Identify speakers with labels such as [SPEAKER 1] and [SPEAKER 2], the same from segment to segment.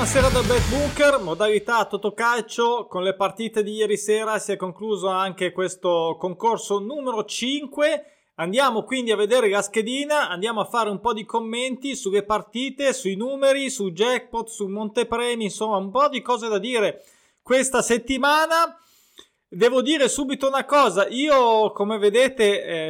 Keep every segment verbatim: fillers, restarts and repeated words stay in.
[SPEAKER 1] Buonasera dal Bet Bunker, modalità Totocalcio. Con le partite di ieri sera si è concluso anche questo concorso numero cinque. Andiamo quindi a vedere la schedina, andiamo a fare un po' di commenti sulle partite, sui numeri, sul jackpot, sul montepremi, insomma un po' di cose da dire questa settimana. Devo dire subito una cosa, io come vedete eh,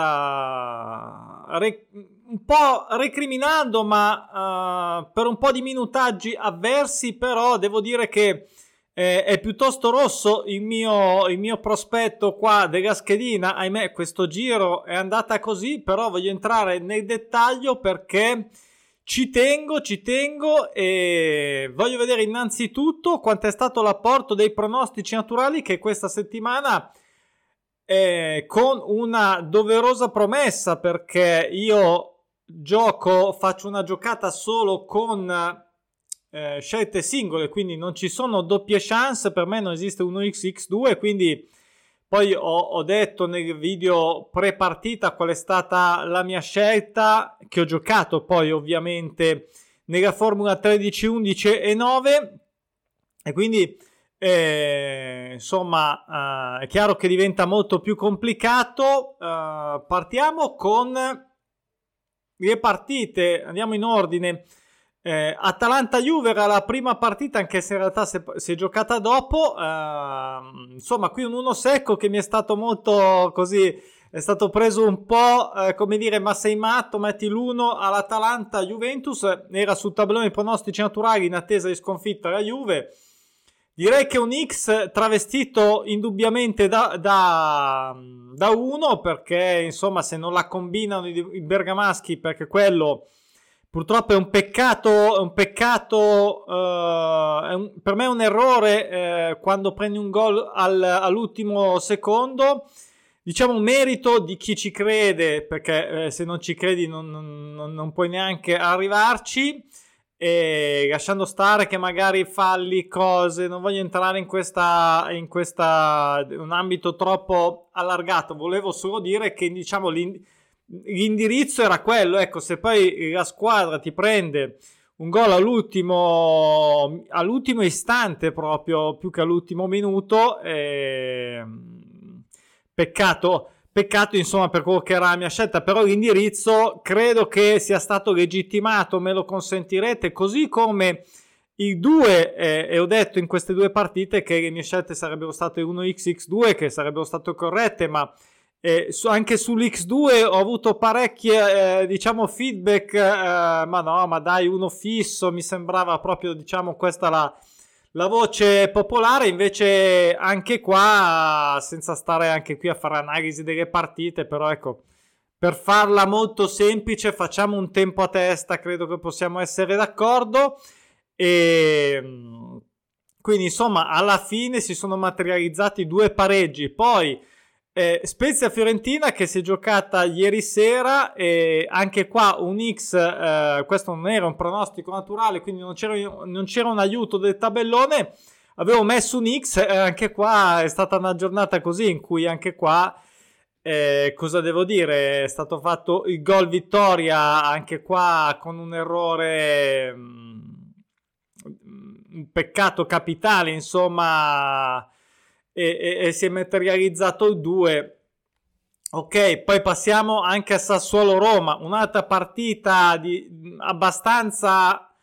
[SPEAKER 1] senza re- un po' recriminando ma uh, per un po' di minutaggi avversi, però devo dire che eh, è piuttosto rosso il mio, il mio prospetto qua della schedina. Ahimè, questo giro è andata così, però voglio entrare nel dettaglio perché ci tengo, ci tengo e voglio vedere innanzitutto quanto è stato l'apporto dei pronostici naturali che questa settimana eh, con una doverosa promessa, perché io gioco, faccio una giocata solo con eh, scelte singole, quindi non ci sono doppie chance, per me non esiste uno X X due, quindi poi ho, ho detto nel video pre-partita qual è stata la mia scelta, che ho giocato poi ovviamente nella formula tredici, undici e nove, e quindi eh, insomma eh, è chiaro che diventa molto più complicato. Eh, partiamo con le partite, andiamo in ordine. Eh, Atalanta-Juve era la prima partita, anche se in realtà si è, si è giocata dopo. Eh, insomma, qui un uno secco che mi è stato molto così, è stato preso un po' eh, come dire, ma sei matto, metti l'uno all'Atalanta-Juventus. Era sul tabellone i pronostici naturali in attesa di sconfitta la Juve. Direi che un X travestito indubbiamente da, da, da uno, perché insomma se non la combinano i, i bergamaschi, perché quello purtroppo è un peccato, è un peccato uh, è un, per me è un errore eh, quando prendi un gol al, all'ultimo secondo. Diciamo un merito di chi ci crede, perché eh, se non ci credi non, non, non puoi neanche arrivarci. E lasciando stare che magari falli cose, non voglio entrare in questa in questa un ambito troppo allargato, volevo solo dire che diciamo l'indirizzo era quello, ecco. Se poi la squadra ti prende un gol all'ultimo all'ultimo istante, proprio più che all'ultimo minuto, eh, peccato Peccato insomma per quello che era la mia scelta, però l'indirizzo credo che sia stato legittimato, me lo consentirete, così come i due, eh, e ho detto in queste due partite che le mie scelte sarebbero state uno X X due, che sarebbero state corrette, ma eh, su, anche sull'X due ho avuto parecchie eh, diciamo feedback, eh, ma no, ma dai, uno fisso, mi sembrava proprio diciamo questa la La voce popolare. Invece anche qua, senza stare anche qui a fare analisi delle partite, però ecco, per farla molto semplice facciamo un tempo a testa, credo che possiamo essere d'accordo. E quindi insomma alla fine si sono materializzati due pareggi. Poi eh, Spezia-Fiorentina che si è giocata ieri sera, e anche qua un X, eh, questo non era un pronostico naturale, quindi non c'era, non c'era un aiuto del tabellone, avevo messo un X, eh, anche qua è stata una giornata così in cui anche qua eh, cosa devo dire, è stato fatto il gol vittoria anche qua con un errore, mh, un peccato capitale insomma. E, e, e si è materializzato il due. Ok, poi passiamo anche a Sassuolo-Roma, un'altra partita di, abbastanza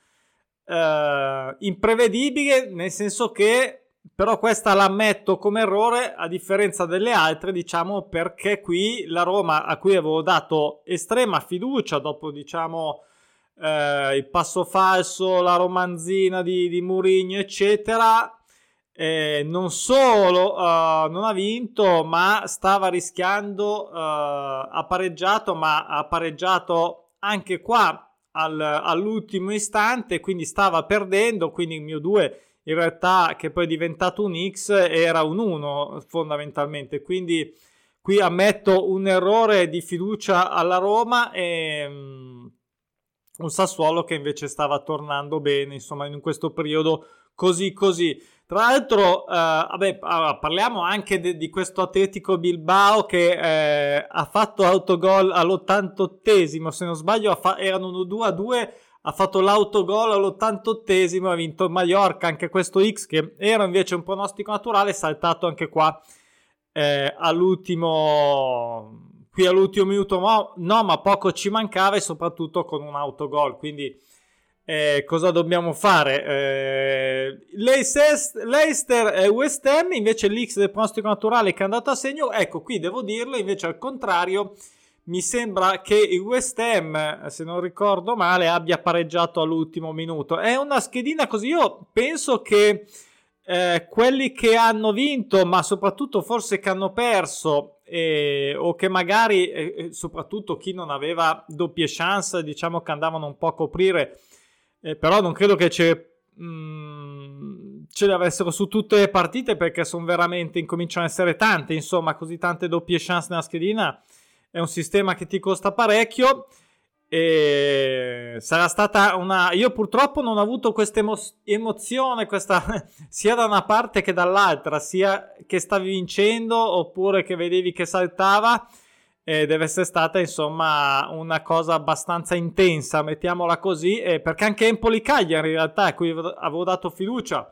[SPEAKER 1] eh, imprevedibile, nel senso che però questa l'ammetto come errore a differenza delle altre, diciamo, perché qui la Roma, a cui avevo dato estrema fiducia dopo diciamo eh, il passo falso, la romanzina di, di Mourinho eccetera, Eh, non solo uh, non ha vinto, ma stava rischiando, uh, ha pareggiato, ma ha pareggiato anche qua al, all'ultimo istante, quindi stava perdendo, quindi il mio due in realtà, che poi è diventato un X, era un uno fondamentalmente, quindi qui ammetto un errore di fiducia alla Roma e um, un Sassuolo che invece stava tornando bene insomma in questo periodo così così. Tra l'altro, eh, vabbè, parliamo anche de, di questo Atletico Bilbao che eh, ha fatto autogol all'ottantottesimo, se non sbaglio, fa- erano uno due a due ha fatto l'autogol all'ottantottesimo, ha vinto il Mallorca, anche questo X che era invece un pronostico naturale, saltato anche qua eh, all'ultimo qui all'ultimo minuto, no, no, ma poco ci mancava, e soprattutto con un autogol, quindi eh, cosa dobbiamo fare? Eh, Leicester e West Ham, invece l'X del pronostico naturale che è andato a segno, ecco qui devo dirlo, invece al contrario mi sembra che il West Ham, se non ricordo male, abbia pareggiato all'ultimo minuto. È una schedina così, io penso che Eh, quelli che hanno vinto, ma soprattutto forse che hanno perso, eh, o che magari, eh, soprattutto chi non aveva doppie chance, diciamo che andavano un po' a coprire, eh, però non credo che ce, mh, ce le avessero su tutte le partite, perché sono veramente, incominciano ad essere tante, insomma, così tante doppie chance nella schedina, è un sistema che ti costa parecchio. E sarà stata una, io purtroppo non ho avuto questa emo... emozione questa sia da una parte che dall'altra, sia che stavi vincendo oppure che vedevi che saltava, e deve essere stata insomma una cosa abbastanza intensa, mettiamola così, e perché anche Empoli Cagliari in realtà, a cui avevo dato fiducia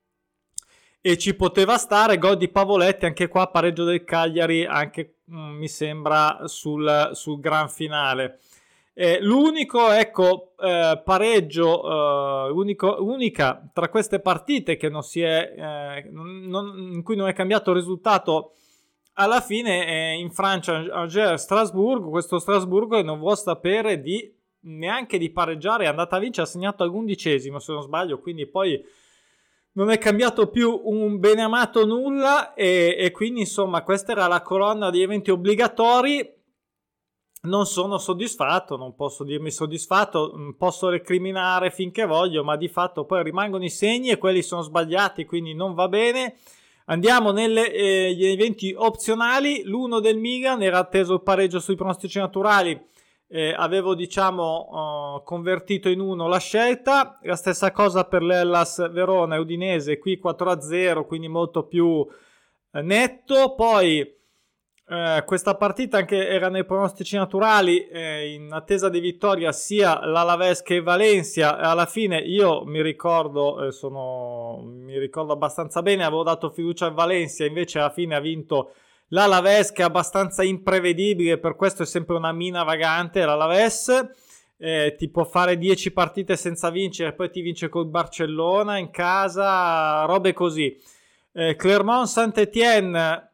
[SPEAKER 1] e ci poteva stare, gol di Pavoletti, anche qua pareggio del Cagliari, anche mh, mi sembra sul, sul gran finale. Eh, l'unico ecco eh, pareggio eh, unico, unica tra queste partite che non si è eh, non, in cui non è cambiato il risultato alla fine è in Francia, Angers Strasburgo. Questo Strasburgo non vuol sapere di neanche di pareggiare, è andata a vincere, ha segnato all'undicesimo se non sbaglio, quindi poi non è cambiato più un beneamato nulla, e, e quindi insomma questa era la colonna di eventi obbligatori. Non sono soddisfatto, non posso dirmi soddisfatto, posso recriminare finché voglio, ma di fatto poi rimangono i segni e quelli sono sbagliati, quindi non va bene. Andiamo negli eh, eventi opzionali. L'uno del Milan era atteso il pareggio sui pronostici naturali, eh, avevo diciamo uh, convertito in uno la scelta. La stessa cosa per l'Hellas Verona e Udinese, qui quattro a zero, quindi molto più eh, netto. Poi Eh, questa partita anche era nei pronostici naturali, eh, in attesa di vittoria sia l'Alaves che il Valencia. Alla fine io mi ricordo, eh, sono, mi ricordo abbastanza bene, avevo dato fiducia al Valencia, invece alla fine ha vinto l'Alaves, che è abbastanza imprevedibile, per questo è sempre una mina vagante l'Alaves. Eh, ti può fare dieci partite senza vincere, poi ti vince col Barcellona in casa, robe così. eh, Clermont Saint-Étienne,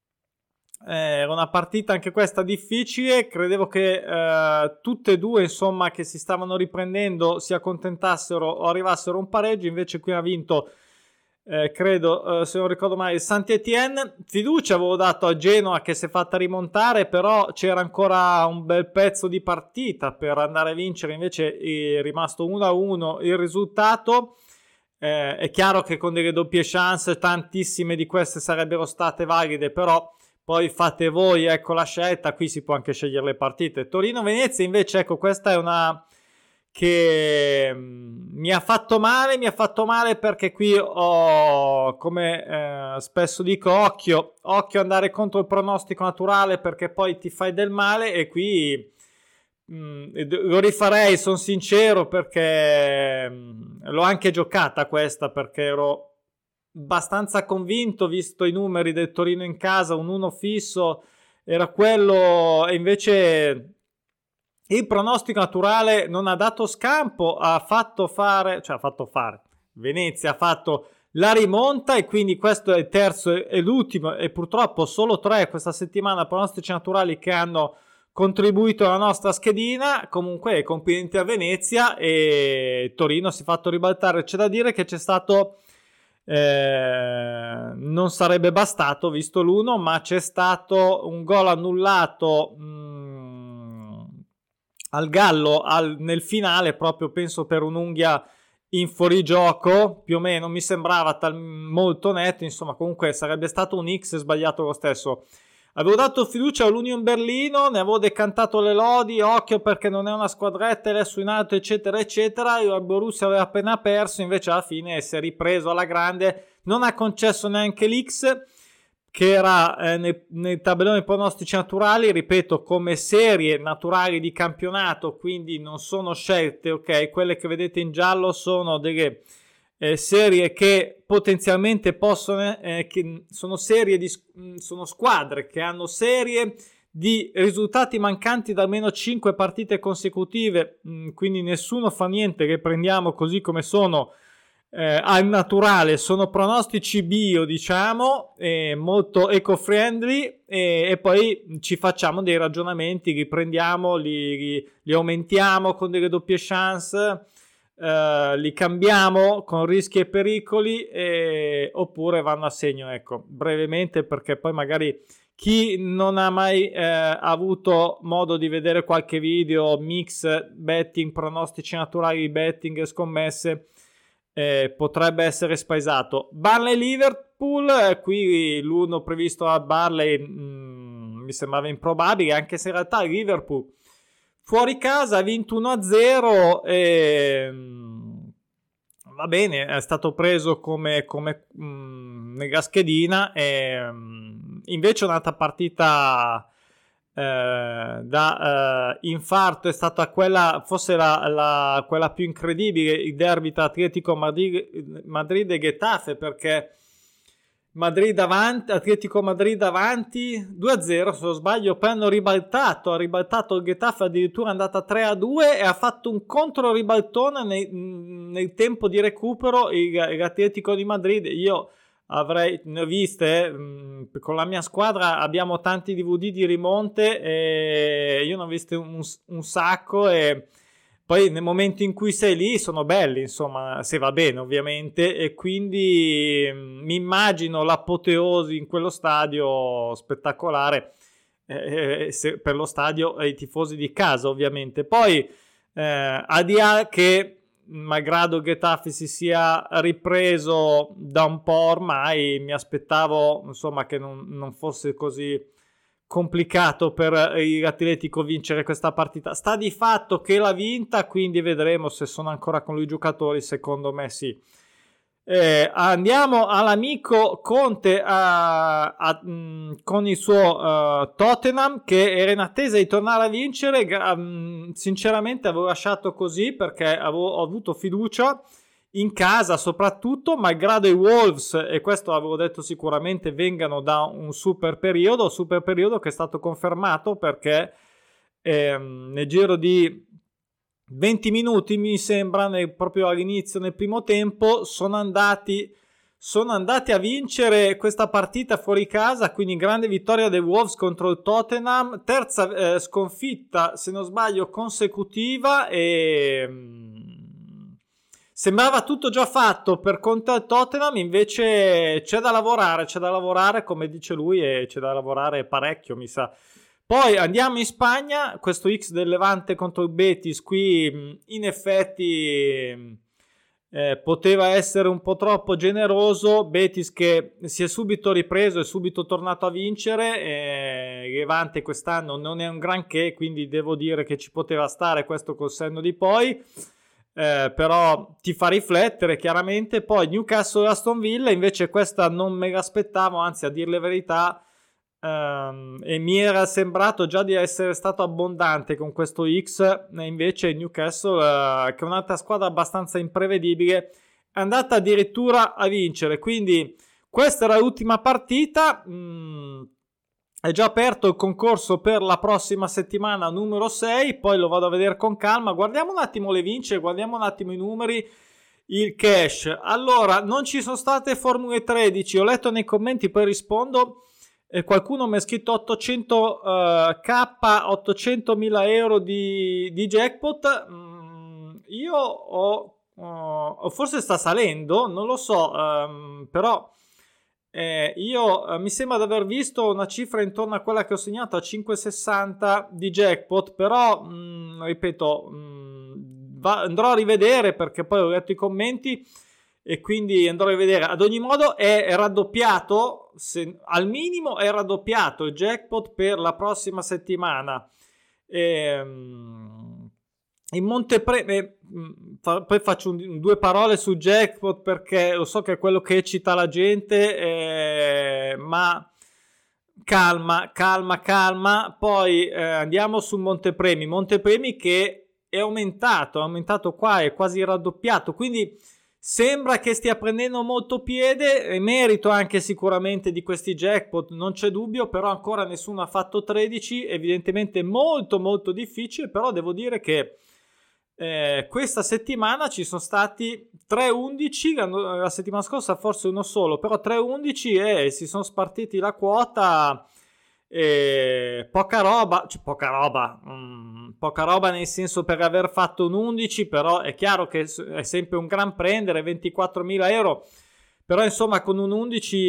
[SPEAKER 1] era eh, una partita anche questa difficile. Credevo che eh, tutte e due insomma che si stavano riprendendo si accontentassero o arrivassero a un pareggio, invece qui ha vinto eh, credo eh, se non ricordo male il Saint-Étienne. Fiducia avevo dato a Genoa, che si è fatta rimontare, però c'era ancora un bel pezzo di partita per andare a vincere, invece è rimasto uno a uno il risultato. Eh, è chiaro che con delle doppie chance tantissime di queste sarebbero state valide, però poi fate voi ecco la scelta, qui si può anche scegliere le partite. Torino-Venezia invece, ecco, questa è una che mi ha fatto male, mi ha fatto male perché qui ho, come eh, spesso dico, occhio, occhio andare contro il pronostico naturale, perché poi ti fai del male, e qui mh, lo rifarei, sono sincero, perché mh, l'ho anche giocata questa, perché ero abbastanza convinto, visto i numeri del Torino in casa, un uno fisso era quello, e invece il pronostico naturale non ha dato scampo, ha fatto fare, cioè ha fatto fare, Venezia ha fatto la rimonta, e quindi questo è il terzo e l'ultimo, e purtroppo solo tre questa settimana pronostici naturali che hanno contribuito alla nostra schedina. Comunque complimenti a Venezia, e Torino si è fatto ribaltare. C'è da dire che c'è stato Eh, non sarebbe bastato visto l'uno, ma c'è stato un gol annullato mh, al Gallo al, nel finale, proprio penso per un'unghia in fuorigioco, più o meno mi sembrava tal, molto netto, insomma comunque sarebbe stato un X sbagliato lo stesso. Avevo dato fiducia all'Union Berlino, ne avevo decantato le lodi, occhio perché non è una squadretta, è su in alto eccetera eccetera. Io al Borussia aveva appena perso, invece alla fine si è ripreso alla grande, non ha concesso neanche l'X. che era eh, nei, nei tabelloni pronostici naturali, ripeto, come serie naturali di campionato, quindi non sono scelte, ok? Quelle che vedete in giallo sono delle eh, serie che potenzialmente possono, eh, che sono serie di, sono squadre che hanno serie di risultati mancanti da almeno cinque partite consecutive, mh, quindi nessuno fa niente, che prendiamo così come sono Eh, al naturale, sono pronostici bio, diciamo, eh, molto eco-friendly, e, e poi ci facciamo dei ragionamenti, li prendiamo, li, li, li aumentiamo con delle doppie chance, eh, li cambiamo con rischi e pericoli, eh, oppure vanno a segno, ecco, brevemente, perché poi magari chi non ha mai eh, avuto modo di vedere qualche video mix betting, pronostici naturali, betting e scommesse, Eh, potrebbe essere spaesato. Burnley-Liverpool, eh, qui l'uno previsto a Burnley mh, mi sembrava improbabile, anche se in realtà Liverpool fuori casa ha vinto uno a zero e mh, va bene, è stato preso come, come mh, nella schedina, e mh, invece è un'altra partita Eh, da eh, infarto è stata quella, forse la, la, quella più incredibile, il derby tra Atletico Madrid, Madrid e Getafe, perché Madrid avanti, Atletico Madrid avanti due a zero se non sbaglio, poi hanno ribaltato, ha ribaltato il Getafe, addirittura è andata tre a due e ha fatto un contro ribaltone nel, nel tempo di recupero il, l'Atletico di Madrid. Io avrei, ne ho viste, eh, con la mia squadra abbiamo tanti D V D di rimonte e io ne ho viste un, un sacco, e poi nel momento in cui sei lì sono belli, insomma, se va bene ovviamente, e quindi mh, mi immagino l'apoteosi in quello stadio spettacolare, eh, se, per lo stadio e i tifosi di casa ovviamente. Poi eh, al di là che malgrado il Getafe si sia ripreso da un po' ormai, mi aspettavo insomma che non, non fosse così complicato per l'Atletico vincere questa partita. Sta di fatto che l'ha vinta, quindi vedremo se sono ancora con lui i giocatori, secondo me sì. Eh, andiamo all'amico Conte a, a, mh, con il suo uh, Tottenham, che era in attesa di tornare a vincere. Mh, sinceramente avevo lasciato così perché avevo, ho avuto fiducia in casa, soprattutto malgrado i Wolves, e questo avevo detto sicuramente vengano da un super periodo, super periodo che è stato confermato perché ehm, nel giro di venti minuti mi sembra, nel, proprio all'inizio, nel primo tempo, sono andati, sono andati a vincere questa partita fuori casa, quindi grande vittoria dei Wolves contro il Tottenham, terza eh, sconfitta se non sbaglio consecutiva, e mh, sembrava tutto già fatto per conto del Tottenham, invece c'è da lavorare, c'è da lavorare come dice lui, e c'è da lavorare parecchio mi sa. Poi andiamo in Spagna, questo X del Levante contro il Betis, qui in effetti eh, poteva essere un po' troppo generoso. Betis che si è subito ripreso, è subito tornato a vincere, eh, il Levante quest'anno non è un granché, quindi devo dire che ci poteva stare questo col senno di poi, eh, però ti fa riflettere chiaramente. Poi Newcastle e Aston Villa, invece questa non me l'aspettavo, anzi a dire la verità, Um, e mi era sembrato già di essere stato abbondante con questo X, e invece Newcastle, uh, che è un'altra squadra abbastanza imprevedibile, è andata addirittura a vincere, quindi questa era l'ultima partita. mm, è già aperto il concorso per la prossima settimana numero sei, poi lo vado a vedere con calma, guardiamo un attimo le vince, guardiamo un attimo i numeri, il cash. Allora, non ci sono state Formule tredici, ho letto nei commenti, poi rispondo. E qualcuno mi ha scritto ottocento k, ottocentomila euro di, di jackpot. Mm, io ho, ho, forse sta salendo, non lo so, um, però eh, io eh, mi sembra di aver visto una cifra intorno a quella che ho segnato, a cinquecentosessanta di jackpot, però mm, ripeto, mm, va, andrò a rivedere perché poi ho letto i commenti e quindi andrò a vedere. Ad ogni modo è raddoppiato, se, al minimo è raddoppiato il jackpot per la prossima settimana. Ehm, in Montepremi, fa, poi faccio un, due parole su jackpot perché lo so che è quello che eccita la gente, eh, ma calma, calma, calma. Poi eh, andiamo su Montepremi. Montepremi che è aumentato, è aumentato qua, è quasi raddoppiato, quindi sembra che stia prendendo molto piede, è merito anche sicuramente di questi jackpot, non c'è dubbio, però ancora nessuno ha fatto tredici, evidentemente molto molto difficile, però devo dire che eh, questa settimana ci sono stati tre undici, la settimana scorsa forse uno solo, però tre undici e si sono spartiti la quota. E poca roba, cioè poca roba, mh, poca roba nel senso per aver fatto un undici, però è chiaro che è sempre un gran prendere, ventiquattromila euro, però insomma con un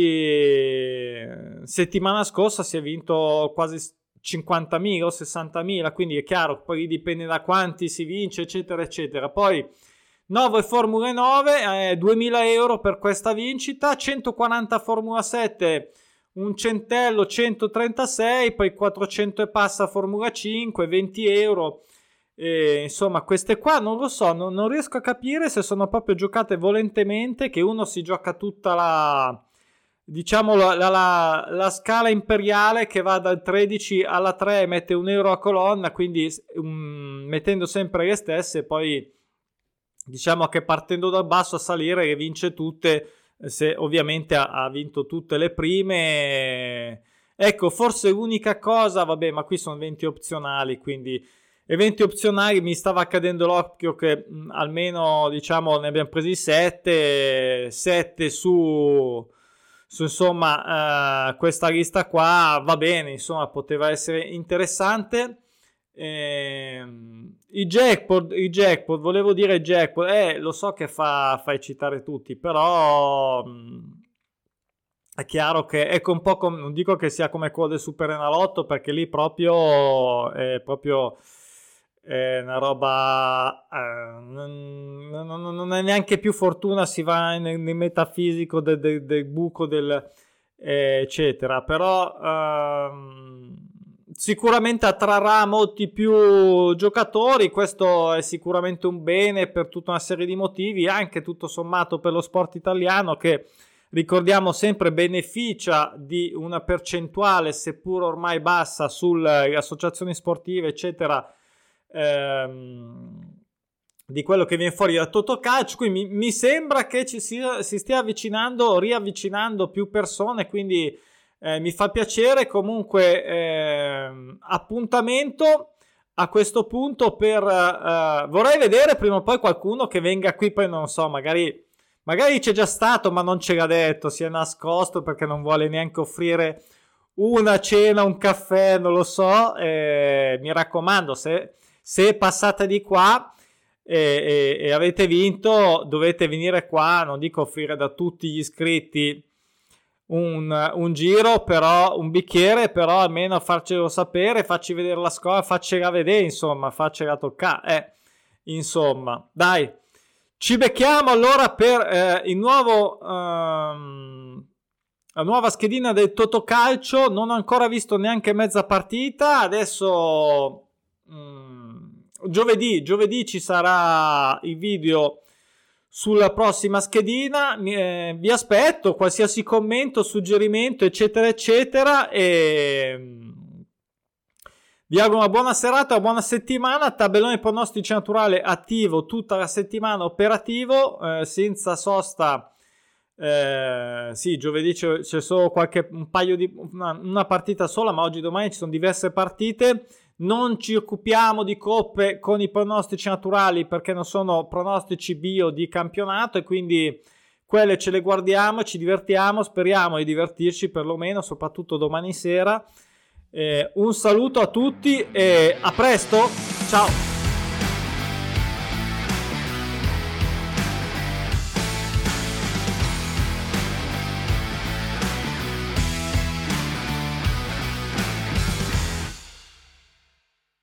[SPEAKER 1] undici settimana scorsa si è vinto quasi cinquantamila o sessantamila, quindi è chiaro, poi dipende da quanti si vince eccetera eccetera. Poi nove Formula nove, eh, duemila euro per questa vincita, centoquaranta Formula sette, un centello centotrentasei, poi quattrocento e passa Formula cinque, venti euro, e, insomma queste qua non lo so, non, non riesco a capire se sono proprio giocate volentemente, che uno si gioca tutta la, diciamo la, la, la, la scala imperiale che va dal tredici alla tre e mette un euro a colonna, quindi um, mettendo sempre le stesse, poi diciamo che partendo dal basso a salire che vince tutte, se ovviamente ha, ha vinto tutte le prime. Ecco, forse l'unica cosa, vabbè, ma qui sono eventi opzionali, quindi eventi opzionali mi stava cadendo l'occhio che mh, almeno diciamo ne abbiamo presi sette sette su, su insomma uh, questa lista qua va bene, insomma poteva essere interessante. Eh, i jackpot i jackpot volevo dire jackpot eh, lo so che fa, fa eccitare tutti, però mh, è chiaro che ecco un po' com- non dico che sia come quello del Super Enalotto, perché lì proprio è proprio è una roba eh, non, non, non è neanche più fortuna, si va nel, nel metafisico del, del, del buco del eh, eccetera, però ehm, sicuramente attrarrà molti più giocatori, questo è sicuramente un bene per tutta una serie di motivi, anche tutto sommato per lo sport italiano che, ricordiamo sempre, beneficia di una percentuale seppur ormai bassa sulle associazioni sportive eccetera, ehm, di quello che viene fuori dal Totocalcio, quindi mi, mi sembra che ci sia, si stia avvicinando, riavvicinando più persone, quindi Eh, mi fa piacere. Comunque eh, appuntamento a questo punto per eh, vorrei vedere prima o poi qualcuno che venga qui, poi non so, magari magari c'è già stato ma non ce l'ha detto, si è nascosto perché non vuole neanche offrire una cena, un caffè, non lo so. Eh, mi raccomando, se, se passate di qua e, e, e avete vinto, dovete venire qua, non dico offrire da tutti gli iscritti Un, un giro, però un bicchiere, però almeno farcelo sapere, facci vedere la scuola, faccela vedere, insomma, faccela toccare, eh, insomma, dai, ci becchiamo allora per eh, il nuovo ehm, la nuova schedina del Totocalcio. Non ho ancora visto neanche mezza partita, adesso mh, giovedì giovedì ci sarà il video sulla prossima schedina. Eh, vi aspetto qualsiasi commento, suggerimento eccetera eccetera, e vi auguro una buona serata, una buona settimana. Tabellone pronostici naturale attivo tutta la settimana, operativo, eh, senza sosta. Eh, sì, giovedì c'è, c'è solo qualche un paio di una, una partita sola, ma oggi e domani ci sono diverse partite. Non ci occupiamo di coppe con i pronostici naturali perché non sono pronostici bio di campionato, e quindi quelle ce le guardiamo, ci divertiamo, speriamo di divertirci perlomeno, soprattutto domani sera. Eh, un saluto a tutti e a presto, ciao!